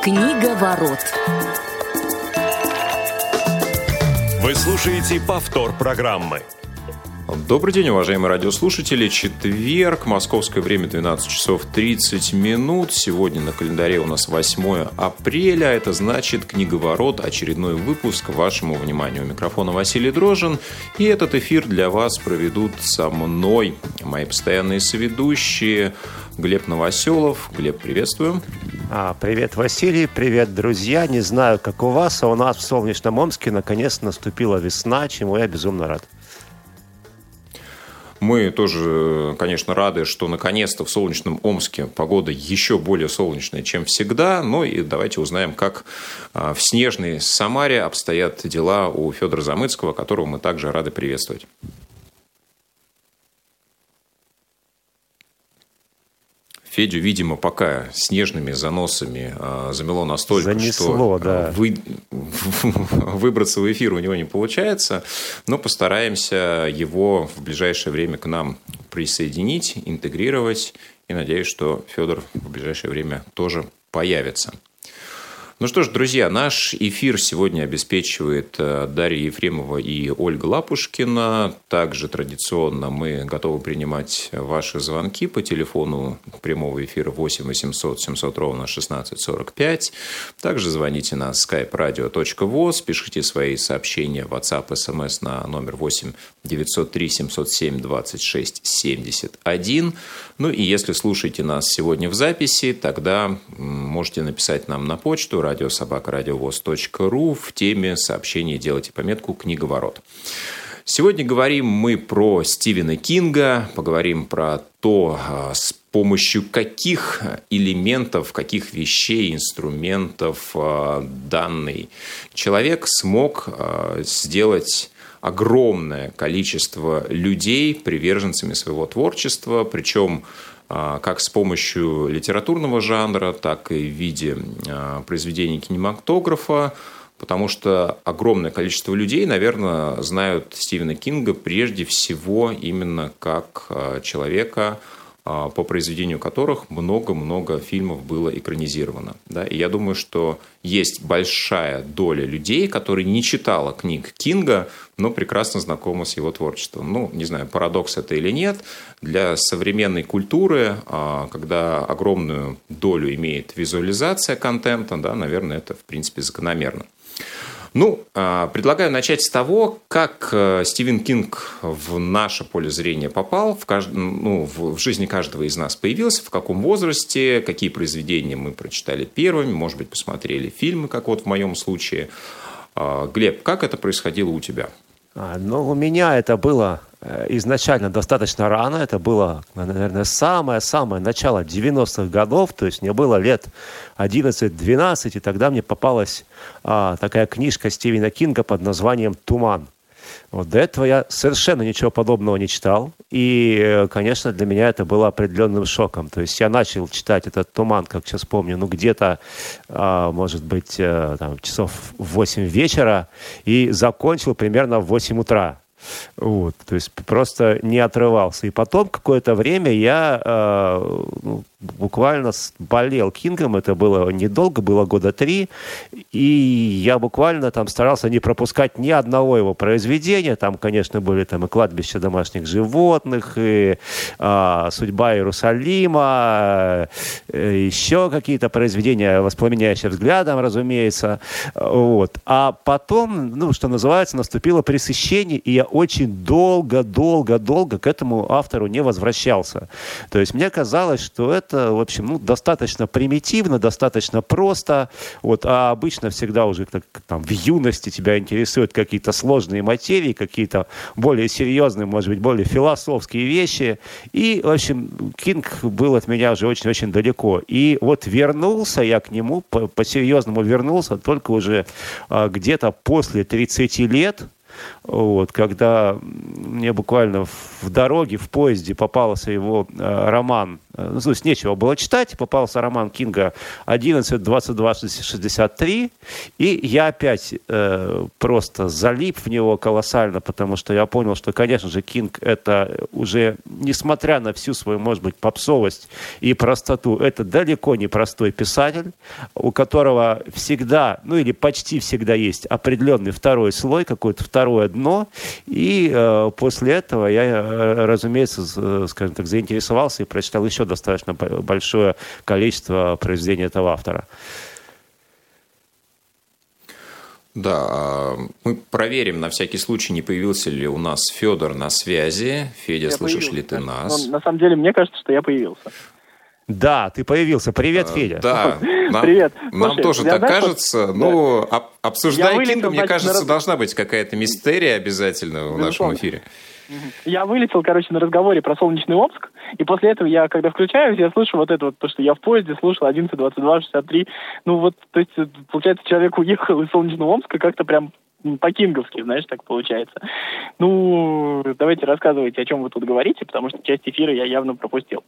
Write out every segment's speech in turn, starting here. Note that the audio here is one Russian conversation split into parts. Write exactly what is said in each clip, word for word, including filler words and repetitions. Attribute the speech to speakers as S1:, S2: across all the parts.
S1: Книга ворот.
S2: Вы слушаете повтор программы.
S3: Добрый день, уважаемые радиослушатели. Четверг, московское время двенадцать часов тридцать минут. Сегодня на календаре у нас восьмое апреля. Это значит «Книговорот», очередной выпуск вашему вниманию. У микрофона Василий Дрожжин. И этот эфир для вас проведут со мной мои постоянные соведущие Глеб Новоселов. Глеб, приветствую.
S4: А, привет, Василий, привет, друзья. Не знаю, как у вас, а у нас в солнечном Омске наконец наступила весна, чему я безумно рад.
S3: Мы тоже, конечно, рады, что наконец-то в солнечном Омске погода еще более солнечная, чем всегда. Ну и давайте узнаем, как в снежной Самаре обстоят дела у Федора Замыцкого, которого мы также рады приветствовать. Федю, видимо, пока снежными заносами замело настолько,
S4: Занесло,
S3: что
S4: да.
S3: вы... выбраться в эфир у него не получается, но постараемся его в ближайшее время к нам присоединить, интегрировать, и надеюсь, что Федор в ближайшее время тоже появится. Ну что ж, друзья, наш эфир сегодня обеспечивает Дарья Ефремова и Ольга Лапушкина. Также традиционно мы готовы принимать ваши звонки по телефону прямого эфира восемь восемьсот семьсот ровно шестнадцать сорок пять. Также звоните на skype radio точка voz, пишите свои сообщения в WhatsApp, смс на номер восемь девятьсот три семьсот семь двадцать шесть семьдесят один. Ну и если слушаете нас сегодня в записи, тогда можете написать нам на почту радио собака радиовоз точка ру в теме сообщений делайте пометку «Книговорот». Сегодня говорим мы про Стивена Кинга, поговорим про то, с помощью каких элементов, каких вещей, инструментов данный человек смог сделать огромное количество людей приверженцами своего творчества, причем как с помощью литературного жанра, так и в виде произведений кинематографа, потому что огромное количество людей, наверное, знают Стивена Кинга прежде всего именно как человека, по произведению которых много-много фильмов было экранизировано. Да? И я думаю, что есть большая доля людей, которые не читала книг Кинга, но прекрасно знакомы с его творчеством. Ну, не знаю, парадокс это или нет. Для современной культуры, когда огромную долю имеет визуализация контента, да, наверное, это, в принципе, закономерно. Ну, предлагаю начать с того, как Стивен Кинг в наше поле зрения попал, в, кажд... ну, в жизни каждого из нас появился, в каком возрасте, какие произведения мы прочитали первыми, может быть, посмотрели фильмы, как вот в моем случае. Глеб, как это происходило у тебя?
S4: А, ну, у меня это было изначально достаточно рано. Это было, наверное, самое-самое начало девяностых годов. То есть мне было лет одиннадцать-двенадцать, и тогда мне попалась а, такая книжка Стивена Кинга под названием «Туман». Вот до этого я совершенно ничего подобного не читал. И, конечно, для меня это было определенным шоком. То есть я начал читать этот «Туман», как сейчас помню, ну где-то, может быть, там, часов в восемь вечера и закончил примерно в восемь утра. Вот, то есть просто не отрывался. И потом какое-то время я э, ну, буквально болел Кингом. Это было недолго, было года три. И я буквально там старался не пропускать ни одного его произведения. Там, конечно, были там и «Кладбище домашних животных», и э, «Судьба Иерусалима», э, еще какие-то произведения, воспламеняющие взглядом, разумеется. Вот. А потом, ну, что называется, наступило пресыщение, и я очень долго-долго-долго к этому автору не возвращался. То есть мне казалось, что это, в общем, ну, достаточно примитивно, достаточно просто. Вот, а обычно всегда уже так, там, в юности тебя интересуют какие-то сложные материи, какие-то более серьезные, может быть, более философские вещи. И, в общем, Кинг был от меня уже очень-очень далеко. И вот вернулся я к нему, по- по-серьезному вернулся только уже а, где-то после тридцати лет. Вот, когда мне буквально в дороге, в поезде попался его э, роман Ну, то есть нечего было читать. Попался роман Кинга одиннадцать двадцать два шестьдесят три. И я опять э, просто залип в него колоссально, потому что я понял, что, конечно же, Кинг это уже, несмотря на всю свою, может быть, попсовость и простоту, это далеко не простой писатель, у которого всегда, ну или почти всегда есть определенный второй слой, какое-то второе дно. И э, после этого я, э, разумеется, скажем так, заинтересовался и прочитал еще достаточно большое количество произведений этого автора.
S3: Да, мы проверим на всякий случай, не появился ли у нас Федор на связи. Федя, я слышишь появился. Ли ты нас?
S1: Но, на самом деле, мне кажется, что я появился.
S4: Да, ты появился. Привет, а, Федя.
S3: Да, нам,
S1: Привет.
S3: Нам Слушай, тоже так знаешь, кажется. Вот, ну, да. обсуждая
S1: вылетел,
S3: Кинга, мне
S1: значит,
S3: кажется,
S1: на...
S3: должна быть какая-то мистерия обязательно в нашем эфире.
S1: Я вылетел, короче, на разговоре про солнечный Омск, и после этого я, когда включаюсь, я слышу вот это вот, то, что я в поезде слушал одиннадцать двадцать два шестьдесят три. Ну вот, то есть, получается, человек уехал из солнечного Омска как-то прям по-кинговски, знаешь, так получается. Ну, давайте рассказывайте, о чем вы тут говорите, потому что часть эфира я явно пропустил.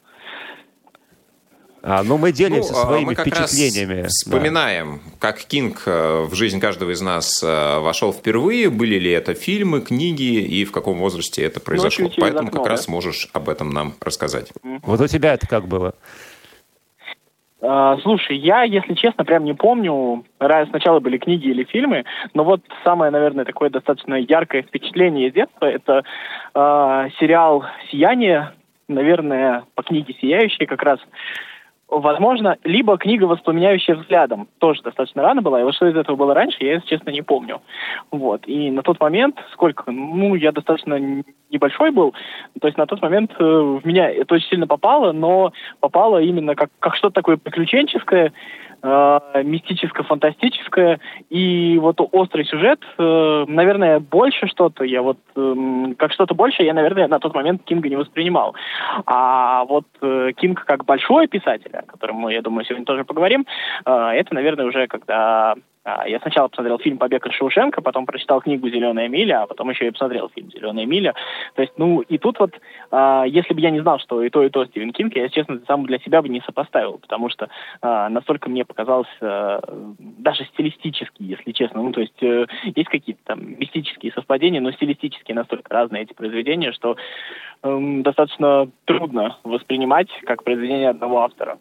S4: А, ну, мы делимся
S3: ну,
S4: своими
S3: мы как
S4: впечатлениями.
S3: Раз вспоминаем, да. Как Кинг в жизнь каждого из нас вошел впервые, были ли это фильмы, книги и в каком возрасте это произошло. Поэтому окно, как да? раз можешь об этом нам рассказать.
S4: Вот у тебя это как было?
S1: Uh, слушай, я, если честно, прям не помню, сначала были книги или фильмы, но вот самое, наверное, такое достаточно яркое впечатление из детства — это uh, сериал «Сияние», наверное, по книге «Сияющие» как раз. Возможно, либо книга «Воспламеняющая взглядом». Тоже достаточно рано была. И вот что из этого было раньше, я, если честно, не помню. Вот. И на тот момент, сколько, ну, я достаточно небольшой был, то есть на тот момент э, в меня это очень сильно попало, но попало именно как, как что-то такое приключенческое, э, мистическо-фантастическое. И вот острый сюжет, э, наверное, больше что-то, я вот, э, как что-то больше, я, наверное, на тот момент Кинга не воспринимал. А вот э, Кинг как большой писатель, о котором мы, я думаю, сегодня тоже поговорим, это, наверное, уже когда я сначала посмотрел фильм «Побег из Шоушенка», потом прочитал книгу «Зеленая миля», а потом еще и посмотрел фильм «Зеленая миля». То есть, ну, и тут вот, если бы я не знал, что и то, и то Стивен Кинг, я, честно, сам для себя бы не сопоставил, потому что настолько мне показалось, даже стилистически, если честно, ну, то есть, есть какие-то там мистические совпадения, но стилистически настолько разные эти произведения, что достаточно трудно воспринимать как произведение одного автора.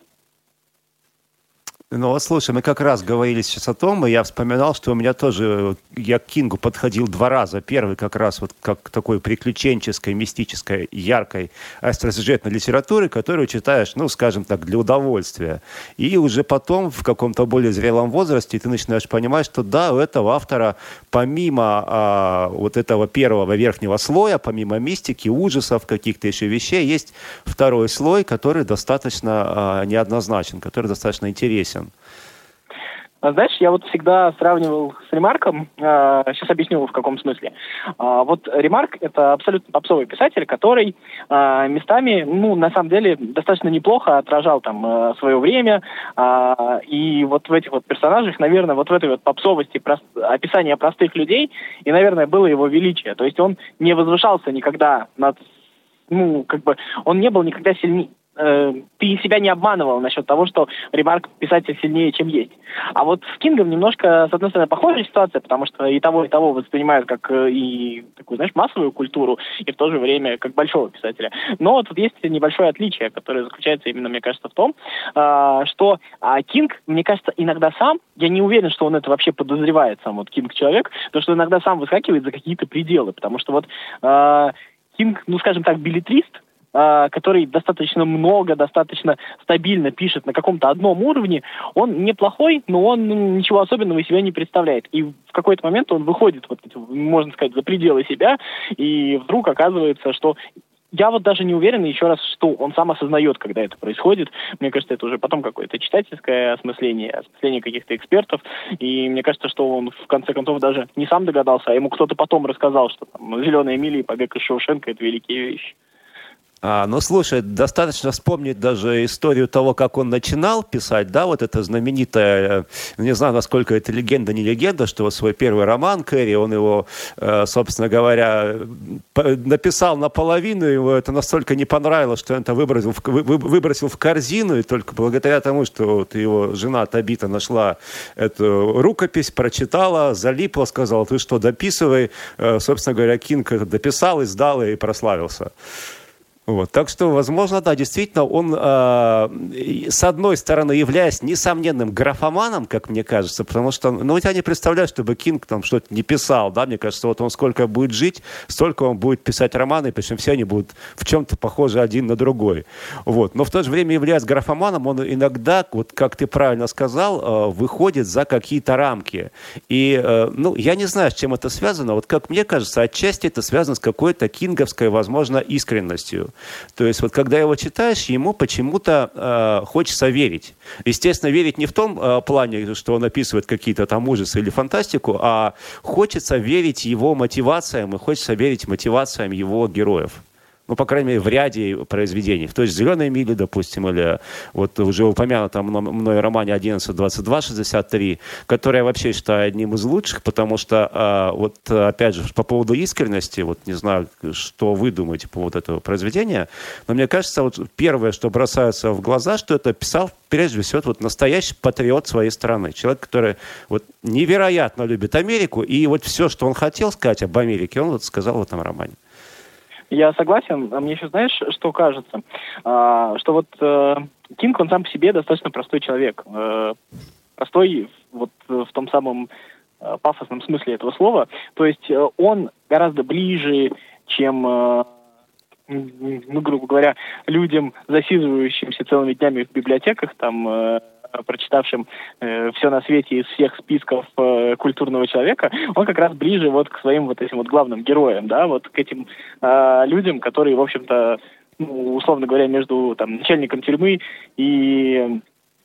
S4: Ну вот, слушай, мы как раз говорили сейчас о том, и я вспоминал, что у меня тоже, я к Кингу подходил два раза. Первый как раз вот как такой приключенческой, мистической, яркой остросюжетной литературы, которую читаешь, ну, скажем так, для удовольствия. И уже потом, в каком-то более зрелом возрасте, ты начинаешь понимать, что да, у этого автора, помимо а, вот этого первого верхнего слоя, помимо мистики, ужасов, каких-то еще вещей, есть второй слой, который достаточно а, неоднозначен, который достаточно интересен.
S1: Знаешь, я вот всегда сравнивал с Ремарком, э, сейчас объясню в каком смысле. Э, вот Ремарк — это абсолютно попсовый писатель, который э, местами, ну, на самом деле, достаточно неплохо отражал там э, свое время, э, и вот в этих вот персонажах, наверное, вот в этой вот попсовости прост... описания простых людей, и, наверное, было его величие. То есть он не возвышался никогда над, ну, как бы, он не был никогда сильнее. Ты себя не обманывал насчет того, что Ремарк писатель сильнее, чем есть. А вот с Кингом немножко, с одной стороны, похожая ситуация, потому что и того, и того воспринимают как и такую, знаешь, массовую культуру, и в то же время как большого писателя. Но тут есть небольшое отличие, которое заключается именно, мне кажется, в том, что Кинг, мне кажется, иногда сам, я не уверен, что он это вообще подозревает, сам вот Кинг-человек, потому что иногда сам выскакивает за какие-то пределы, потому что вот Кинг, ну, скажем так, беллетрист, который достаточно много, достаточно стабильно пишет на каком-то одном уровне, он неплохой, но он ну, ничего особенного из себя не представляет. И в какой-то момент он выходит, вот, можно сказать, за пределы себя, и вдруг оказывается, что я вот даже не уверен, еще раз, что он сам осознает, когда это происходит. Мне кажется, это уже потом какое-то читательское осмысление, осмысление каких-то экспертов. И мне кажется, что он в конце концов даже не сам догадался, а ему кто-то потом рассказал, что там «Зеленая миля» и «Побег из Шоушенка» — это великие вещи.
S4: А, ну, слушай, достаточно вспомнить даже историю того, как он начинал писать, да, вот это знаменитая, не знаю, насколько это легенда, не легенда, что вот свой первый роман «Кэрри», он его, собственно говоря, написал наполовину, ему это настолько не понравилось, что он это выбросил в, выбросил в корзину, и только благодаря тому, что вот его жена Табита нашла эту рукопись, прочитала, залипла, сказала: ты что, дописывай. Собственно говоря, Кинг это дописал, издал и прославился. Вот. Так что, возможно, да, действительно, он, э, с одной стороны, являясь несомненным графоманом, как мне кажется, потому что, ну, я не представляю, чтобы Кинг там что-то не писал, да, мне кажется, вот он сколько будет жить, столько он будет писать романы, причем все они будут в чем-то похожи один на другой. Вот. Но в то же время, являясь графоманом, он иногда, вот как ты правильно сказал, э, выходит за какие-то рамки. И, э, ну, я не знаю, с чем это связано, вот как мне кажется, отчасти это связано с какой-то кинговской, возможно, искренностью. То есть вот когда его читаешь, ему почему-то э, хочется верить. Естественно, верить не в том э, плане, что он описывает какие-то там ужасы или фантастику, а хочется верить его мотивациям и хочется верить мотивациям его героев. Ну, по крайней мере, в ряде произведений. То есть «Зеленой мили», допустим, или вот уже упомянутом мной романе одиннадцать двадцать два шестьдесят три, который я вообще считаю одним из лучших, потому что, э, вот опять же, по поводу искренности, вот не знаю, что вы думаете по поводу этого произведения, но мне кажется, вот первое, что бросается в глаза, что это писал, прежде всего, вот настоящий патриот своей страны. Человек, который вот невероятно любит Америку, и вот все, что он хотел сказать об Америке, он вот сказал в этом романе.
S1: Я согласен. А мне еще, знаешь, что кажется? А, что вот э, Кинг, он сам по себе достаточно простой человек. Э, простой вот в том самом э, пафосном смысле этого слова. То есть э, он гораздо ближе, чем, э, ну, грубо говоря, людям, засиживающимся целыми днями в библиотеках, там, э, прочитавшим э, все на свете из всех списков э, культурного человека, он как раз ближе вот к своим вот этим вот главным героям, да, вот к этим э, людям, которые, в общем-то, ну, условно говоря, между там начальником тюрьмы и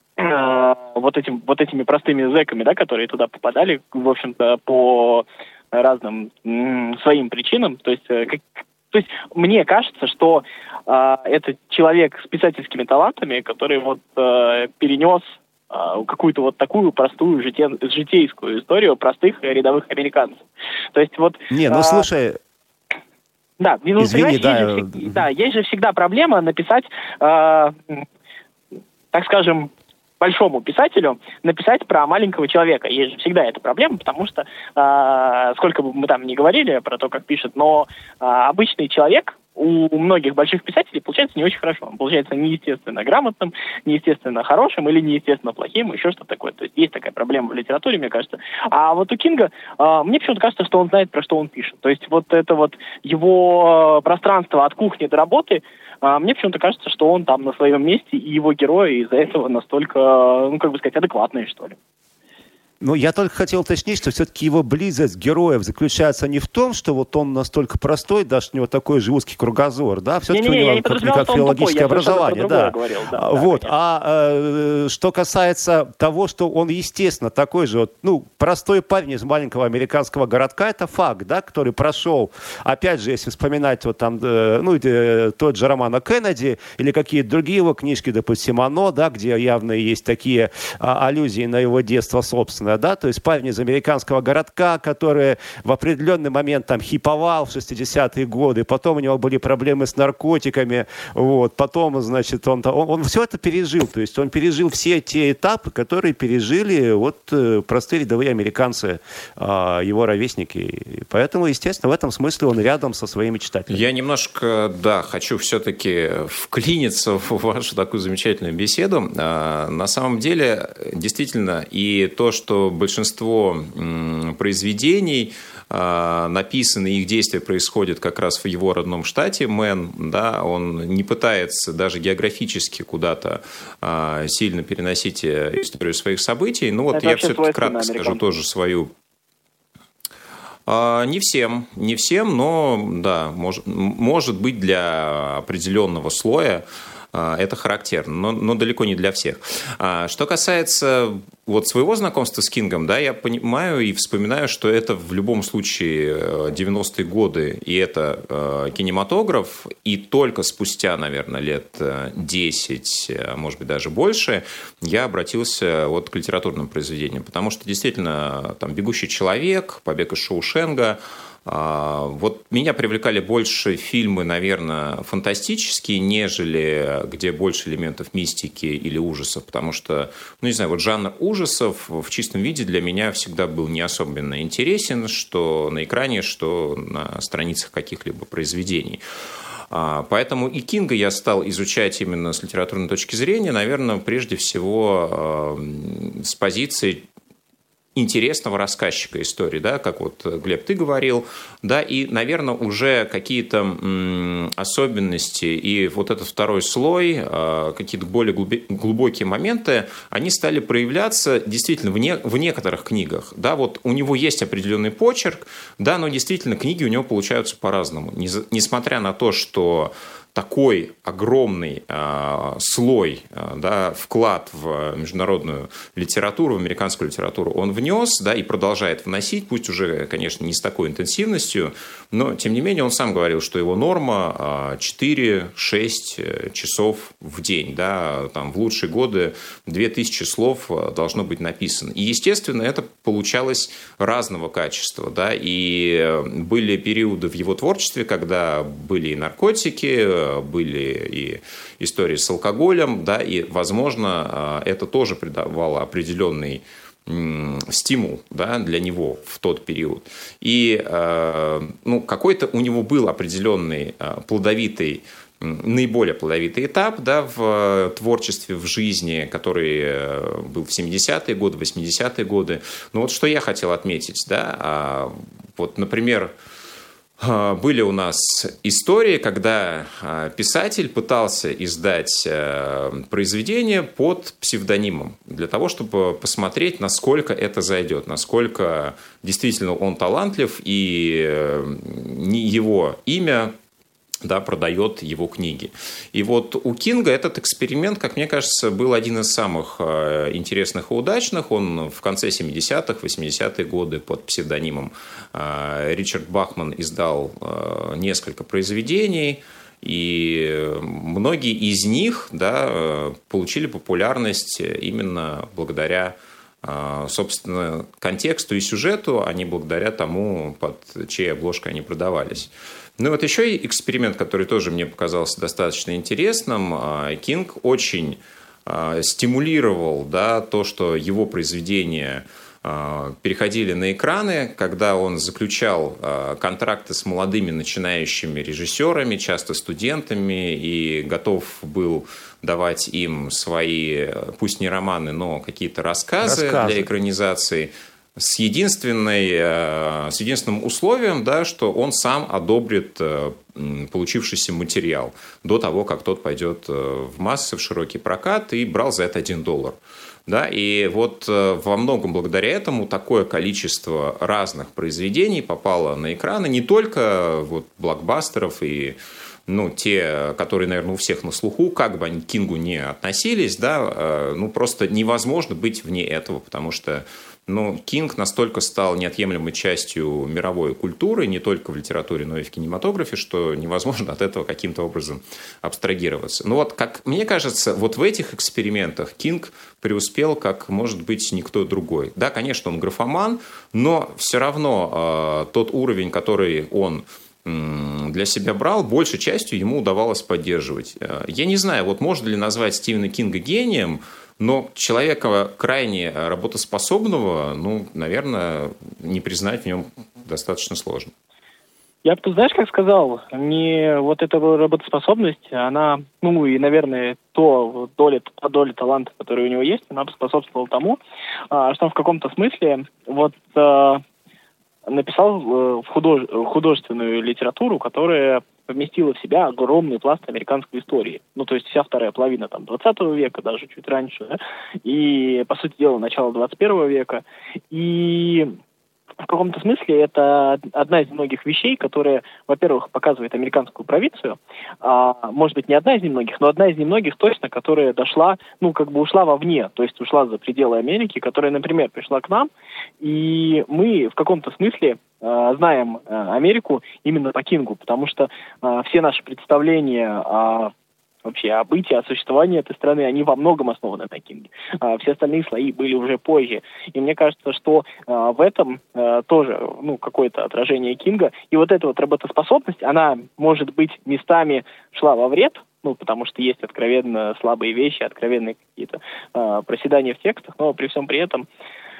S1: э, вот этим вот этими простыми зэками, да, которые туда попадали, в общем-то, по разным м, своим причинам, то есть э, как То есть мне кажется, что э, это человек с писательскими талантами, который вот э, перенес э, какую-то вот такую простую жите, житейскую историю простых рядовых американцев. То есть вот...
S4: Не, ну
S1: э,
S4: слушай...
S1: Да, ну,
S4: Извини, да.
S1: Есть же, да, есть же всегда проблема написать, э, так скажем, большому писателю написать про маленького человека. Есть же всегда эта проблема, потому что, э, сколько бы мы там ни говорили про то, как пишет, но э, обычный человек у многих больших писателей получается не очень хорошо. Он получается неестественно грамотным, неестественно хорошим или неестественно плохим, еще что-то такое. То есть есть такая проблема в литературе, мне кажется. А вот у Кинга, э, мне почему-то кажется, что он знает, про что он пишет. То есть вот это вот его пространство от кухни до работы, А мне почему-то кажется, что он там на своем месте, и его герои из-за этого настолько, ну, как бы сказать, адекватные, что ли.
S4: Ну, я только хотел уточнить, что все-таки его близость героев заключается не в том, что вот он настолько простой, даже у него такой же узкий кругозор, да, все-таки
S1: не, не,
S4: у него как, как филологическое образование, да.
S1: Говорил, да.
S4: Вот,
S1: да,
S4: а э, что касается того, что он, естественно, такой же, вот, ну, простой парень из маленького американского городка, это факт, да, который прошел, опять же, если вспоминать вот там, э, ну, э, тот же роман о Кеннеди или какие-то другие его книжки, допустим, «Оно», да, где явно есть такие а, аллюзии на его детство собственное, да, то есть парень из американского городка, который в определенный момент там хиповал в шестидесятые годы, потом у него были проблемы с наркотиками, вот, потом, значит, он, он, он все это пережил, то есть он пережил все те этапы, которые пережили вот простые рядовые американцы, его ровесники, и поэтому, естественно, в этом смысле он рядом со своими читателями.
S3: Я немножко, да, хочу все-таки вклиниться в вашу такую замечательную беседу. На самом деле, действительно, и то, что большинство произведений написаны, их действия происходят как раз в его родном штате, Мэн, да, он не пытается даже географически куда-то сильно переносить историю своих событий. Ну вот это я все-таки кратко скажу тоже свою. Не всем, не всем, но да, может, может быть для определенного слоя. Это характерно, но, но далеко не для всех. Что касается вот своего знакомства с Кингом, да, я понимаю и вспоминаю, что это в любом случае девяностые годы, и это кинематограф, и только спустя, наверное, лет десять, может быть, даже больше, я обратился вот к литературным произведениям, потому что действительно там «Бегущий человек», «Побег из Шоушенга», вот меня привлекали больше фильмы, наверное, фантастические, нежели где больше элементов мистики или ужасов, потому что, ну, не знаю, вот жанр ужасов в чистом виде для меня всегда был не особенно интересен, что на экране, что на страницах каких-либо произведений. Поэтому и Кинга я стал изучать именно с литературной точки зрения, наверное, прежде всего с позиции интересного рассказчика истории, да, как вот, Глеб, ты говорил, да, и, наверное, уже какие-то м, особенности и вот этот второй слой, э, какие-то более глубокие моменты, они стали проявляться действительно в, не, в некоторых книгах, да, вот у него есть определенный почерк, да, но действительно книги у него получаются по-разному, несмотря на то, что такой огромный э, слой, э, да, вклад в международную литературу, в американскую литературу он внес, да, и продолжает вносить, пусть уже, конечно, не с такой интенсивностью, но, тем не менее, он сам говорил, что его норма э, четыре-шесть часов в день, да, там, в лучшие годы две тысячи слов должно быть написано. И, естественно, это получалось разного качества, да, и были периоды в его творчестве, когда были и наркотики, были и истории с алкоголем, да, и, возможно, это тоже придавало определенный стимул, да, для него в тот период. И ну, какой-то у него был определенный плодовитый, наиболее плодовитый этап, да, в творчестве, в жизни, который был в семидесятые годы, восьмидесятые годы. Но вот что я хотел отметить, да, вот, например, были у нас истории, когда писатель пытался издать произведение под псевдонимом для того, чтобы посмотреть, насколько это зайдет, насколько действительно он талантлив и не его имя, да, продает его книги. И вот у Кинга этот эксперимент, как мне кажется, был один из самых интересных и удачных. Он в конце семидесятых, восьмидесятые годы под псевдонимом Ричард Бахман издал несколько произведений, и многие из них, да, получили популярность именно благодаря, собственно, контексту и сюжету, а не благодаря тому, под чьей обложкой они продавались. Ну вот еще и эксперимент, который тоже мне показался достаточно интересным. Кинг очень стимулировал, да, то, что его произведения переходили на экраны, когда он заключал контракты с молодыми начинающими режиссерами, часто студентами, и готов был давать им свои, пусть не романы, но какие-то рассказы, рассказы. для экранизации, с, единственной, с единственным условием, да, что он сам одобрит получившийся материал до того, как тот пойдет в массы, в широкий прокат, и брал за это один доллар. Да, и вот во многом благодаря этому такое количество разных произведений попало на экраны, не только вот блокбастеров и, ну, те, которые, наверное, у всех на слуху, как бы они к Кингу не относились, да, ну, просто невозможно быть вне этого, потому что, ну, Кинг настолько стал неотъемлемой частью мировой культуры, не только в литературе, но и в кинематографе, что невозможно от этого каким-то образом абстрагироваться. Ну вот, как мне кажется, вот в этих экспериментах Кинг преуспел, как, может быть, никто другой. Да, конечно, он графоман, но все равно э, тот уровень, который он для себя брал, большей частью ему удавалось поддерживать. Я не знаю, вот можно ли назвать Стивена Кинга гением, но человека крайне работоспособного, ну, наверное, не признать в нем достаточно сложно.
S1: Я бы, ты знаешь, как сказал, не вот эта работоспособность, она, ну, и, наверное, то доля, та доля таланта, которая у него есть, она бы способствовала тому, что он в каком-то смысле вот написал в худож... художественную литературу, которая поместила в себя огромный пласт американской истории. Ну, то есть вся вторая половина там двадцатого века, даже чуть раньше, да? И, по сути дела, начало двадцать первого века. И в каком-то смысле это одна из многих вещей, которые, во-первых, показывает американскую провинцию. А, может быть, не одна из немногих, но одна из немногих точно, которая дошла, ну, как бы ушла вовне, то есть ушла за пределы Америки, которая, например, пришла к нам, и мы в каком-то смысле а, знаем а, Америку именно по Кингу, потому что а, все наши представления о вообще о бытии, о существовании этой страны, они во многом основаны на Кинге. А, все остальные слои были уже позже. И мне кажется, что а, в этом а, тоже ну, какое-то отражение Кинга. И вот эта вот работоспособность, она, может быть, местами шла во вред, ну, потому что есть откровенно слабые вещи, откровенные какие-то а, проседания в текстах, но при всем при этом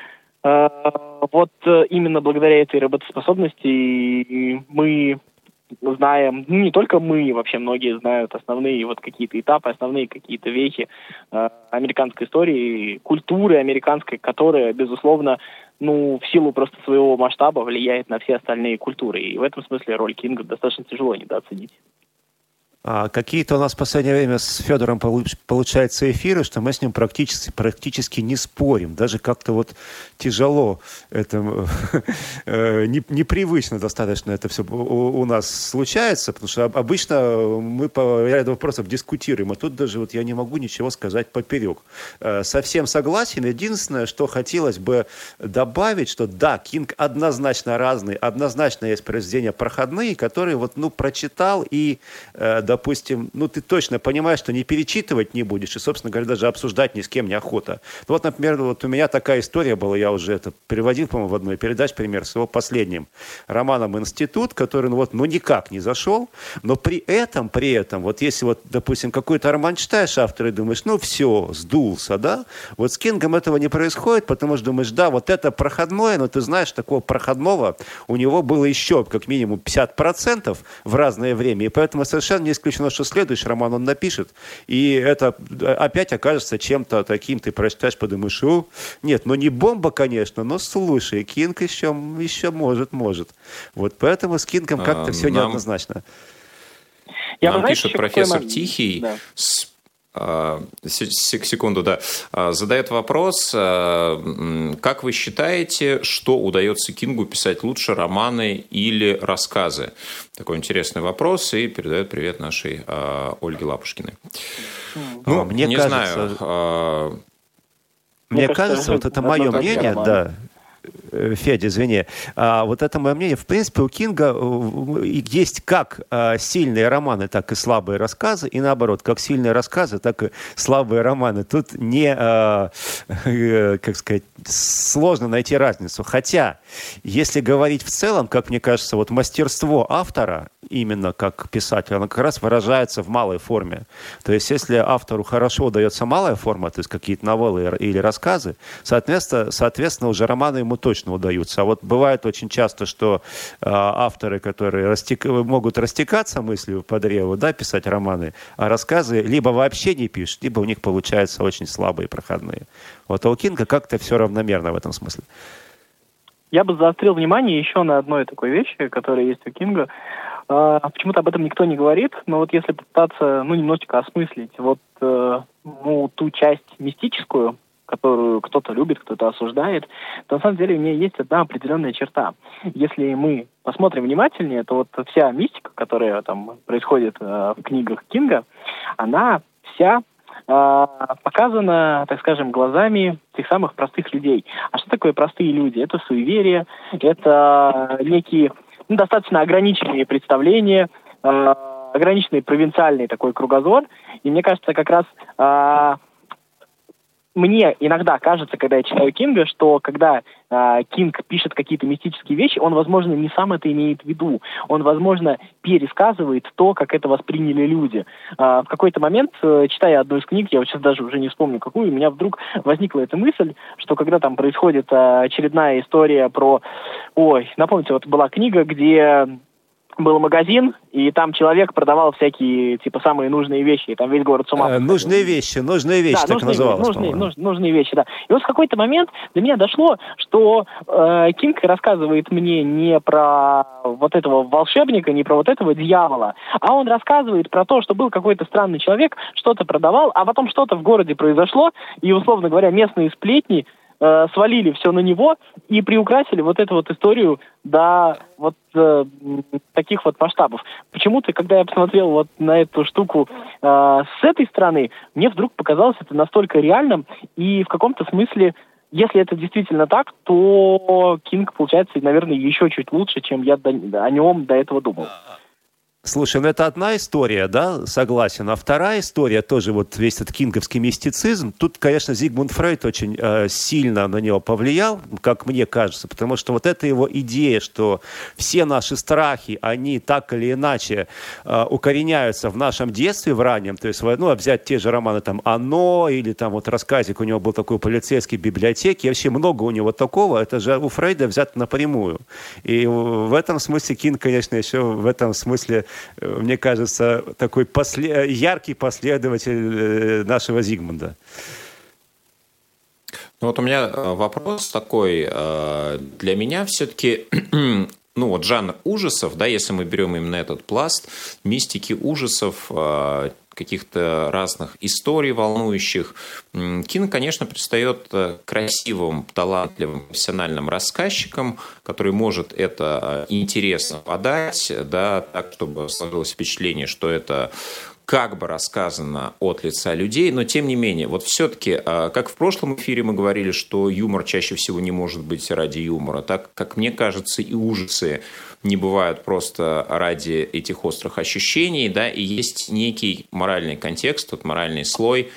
S1: а, вот именно благодаря этой работоспособности мы знаем, ну, не только мы, вообще многие знают основные вот какие-то этапы, основные какие-то вехи э, американской истории, культуры американской, которая, безусловно, ну, в силу просто своего масштаба влияет на все остальные культуры. И в этом смысле роль Кинга достаточно тяжело недооценить.
S4: А какие-то у нас в последнее время с Федором получаются эфиры, что мы с ним практически, практически не спорим. Даже как-то вот тяжело, это, непривычно достаточно это все у, у нас случается, потому что обычно мы по ряду вопросов дискутируем, а тут даже вот я не могу ничего сказать поперек. Совсем согласен. Единственное, что хотелось бы добавить, что да, Кинг однозначно разный, однозначно есть произведения проходные, которые вот, ну, прочитал и допустим, ну, ты точно понимаешь, что не перечитывать не будешь, и, собственно говоря, даже обсуждать ни с кем неохота. Вот, например, вот у меня такая история была, я уже это переводил, по-моему, в одной передаче, пример, с его последним романом «Институт», который, ну, вот, ну, никак не зашел, но при этом, при этом, вот если вот, допустим, какой-то роман читаешь автора и думаешь, ну, все, сдулся, да, вот с Кингом этого не происходит, потому что думаешь, да, вот это проходное, но ты знаешь, такого проходного у него было еще как минимум пятьдесят процентов в разное время, и поэтому совершенно не исключено, что следующий роман он напишет, и это опять окажется чем-то таким, ты прочитаешь, подумаешь, о, нет, ну не бомба, конечно, но слушай, Кинг еще, еще может, может. Вот поэтому с Кингом как-то а, все нам... неоднозначно.
S3: Я нам пишет профессор Тихий, да. с Секунду, да. Задает вопрос, как вы считаете, что удается Кингу писать лучше, романы или рассказы? Такой интересный вопрос, и передает привет нашей Ольге Лапушкиной. Ну, мне не кажется, знаю.
S4: Мне, мне кажется, кажется, вот это мое мнение, да. Федя, извини. А, вот это мое мнение. В принципе, у Кинга есть как а, сильные романы, так и слабые рассказы, и наоборот, как сильные рассказы, так и слабые романы. Тут не, а, как сказать, сложно найти разницу. Хотя, если говорить в целом, как мне кажется, вот мастерство автора, именно как писателя, оно как раз выражается в малой форме. То есть, если автору хорошо удается малая форма, то есть какие-то новеллы или рассказы, соответственно, соответственно уже романы ему точно удаются. А вот бывает очень часто, что э, авторы, которые растек... могут растекаться мыслью по древу, да, писать романы, а рассказы либо вообще не пишут, либо у них получаются очень слабые и проходные. Вот у Кинга как-то все равномерно в этом смысле.
S1: Я бы заострил внимание еще на одной такой вещи, которая есть у Кинга. Uh, почему-то об этом никто не говорит, но вот если попытаться, ну, немножечко осмыслить вот uh, ну, ту часть мистическую, которую кто-то любит, кто-то осуждает, то на самом деле у нее есть одна определенная черта. Если мы посмотрим внимательнее, то вот вся мистика, которая там происходит uh, в книгах Кинга, она вся uh, показана, так скажем, глазами тех самых простых людей. А что такое простые люди? Это суеверие, это некие ну, достаточно ограниченные представления, э, ограниченный провинциальный такой кругозор. И мне кажется, как раз э, мне иногда кажется, когда я читаю Кинга, что когда э, Кинг пишет какие-то мистические вещи, он, возможно, не сам это имеет в виду. Он, возможно, пересказывает то, как это восприняли люди. Э, в какой-то момент, э, читая одну из книг, я вот сейчас даже уже не вспомню какую, у меня вдруг возникла эта мысль, что когда там происходит э, очередная история про... Ой, напомните, вот была книга, где... был магазин, и там человек продавал всякие, типа, самые нужные вещи, и там весь город с ума.
S4: Э, нужные вещи, нужные вещи, да, так нужные, называлось.
S1: Нужные, нуж, нужные вещи, да. И вот в какой-то момент до меня дошло, что э, Кинг рассказывает мне не про вот этого волшебника, не про вот этого дьявола, а он рассказывает про то, что был какой-то странный человек, что-то продавал, а потом что-то в городе произошло, и, условно говоря, местные сплетни э, свалили все на него и приукрасили вот эту вот историю до вот э, таких вот масштабов. Почему-то, когда я посмотрел вот на эту штуку э, с этой стороны, мне вдруг показалось это настолько реальным, и в каком-то смысле, если это действительно так, то Кинг получается, наверное, еще чуть лучше, чем я до, о нем до этого думал.
S4: Слушай, ну это одна история, да, согласен. А вторая история, тоже вот весь этот кинговский мистицизм. Тут, конечно, Зигмунд Фрейд очень э, сильно на него повлиял, как мне кажется, потому что вот эта его идея, что все наши страхи, они так или иначе э, укореняются в нашем детстве, в раннем, то есть, ну, взять те же романы там «Оно», или там вот рассказик у него был такой полицейский в библиотеке, вообще много у него такого, это же у Фрейда взято напрямую. И в этом смысле Кинг, конечно, еще в этом смысле, мне кажется, такой после... яркий последователь нашего Зигмунда.
S3: Ну вот у меня вопрос такой. Для меня все-таки, ну вот жанр ужасов, да, если мы берем именно этот пласт, мистики ужасов, каких-то разных историй волнующих, Кинг, конечно, предстает красивым, талантливым, профессиональным рассказчиком, который может это интересно подать, да, так, чтобы сложилось впечатление, что это как бы рассказано от лица людей, но тем не менее, вот все-таки, как в прошлом эфире мы говорили, что юмор чаще всего не может быть ради юмора, так, как мне кажется, и ужасы не бывают просто ради этих острых ощущений, да, и есть некий моральный контекст, тот моральный слой.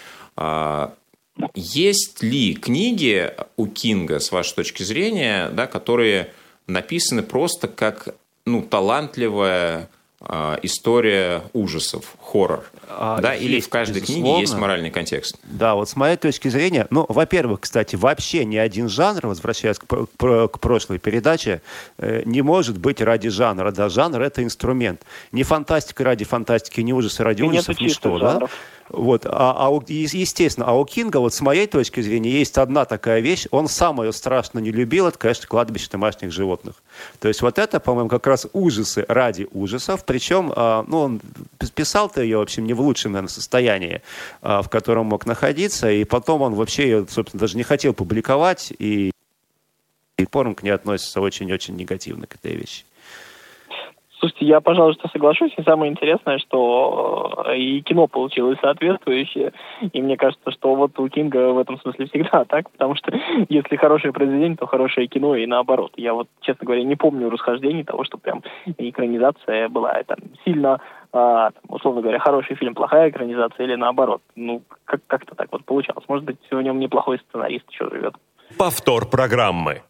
S3: Есть ли книги у Кинга, с вашей точки зрения, да, которые написаны просто как, ну, талантливая история ужасов, хоррор, а, да, или в каждой безусловно. Книге есть моральный контекст?
S4: Да, вот с моей точки зрения, ну, во-первых, кстати, вообще ни один жанр, возвращаясь к, к, к прошлой передаче, э, не может быть ради жанра, да, жанр — это инструмент. Не фантастика ради фантастики, не ужасы ради ужасов, ничто, да? Вот, а, а у, естественно, а у Кинга, вот с моей точки зрения, есть одна такая вещь, он сам ее страшно не любил, это, конечно, «Кладбище домашних животных». То есть вот это, по-моему, как раз ужасы ради ужасов, причем, а, ну, он писал-то ее, в общем, не в лучшем, наверное, состоянии, а, в котором мог находиться, и потом он вообще ее, собственно, даже не хотел публиковать, и, и пор он к ней относится очень-очень негативно к этой вещи.
S1: Слушайте, я, пожалуй, что соглашусь. И самое интересное, что и кино получилось соответствующее. И мне кажется, что вот у Кинга в этом смысле всегда так. Потому что если хорошее произведение, то хорошее кино и наоборот. Я вот, честно говоря, не помню расхождений того, что прям экранизация была там сильно, а, условно говоря, хороший фильм, плохая экранизация или наоборот. Ну, как- как-то так вот получалось. Может быть, в нем неплохой сценарист еще живет.
S2: Повтор программы.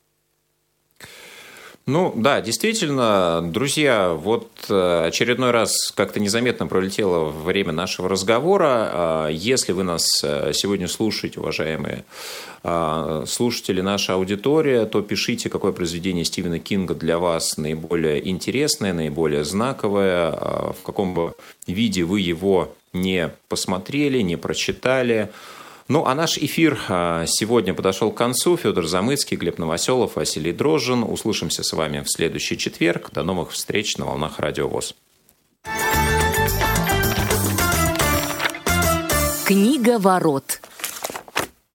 S3: Ну, да, действительно, друзья, вот очередной раз как-то незаметно пролетело время нашего разговора. Если вы нас сегодня слушаете, уважаемые слушатели, наша аудитория, то пишите, какое произведение Стивена Кинга для вас наиболее интересное, наиболее знаковое, в каком бы виде вы его не посмотрели, не прочитали. Ну, а наш эфир сегодня подошел к концу. Федор Замыцкий, Глеб Новоселов, Василий Дрожжин. Услышимся с вами в следующий четверг. До новых встреч на волнах Радио ВОС.
S5: Книга ворот.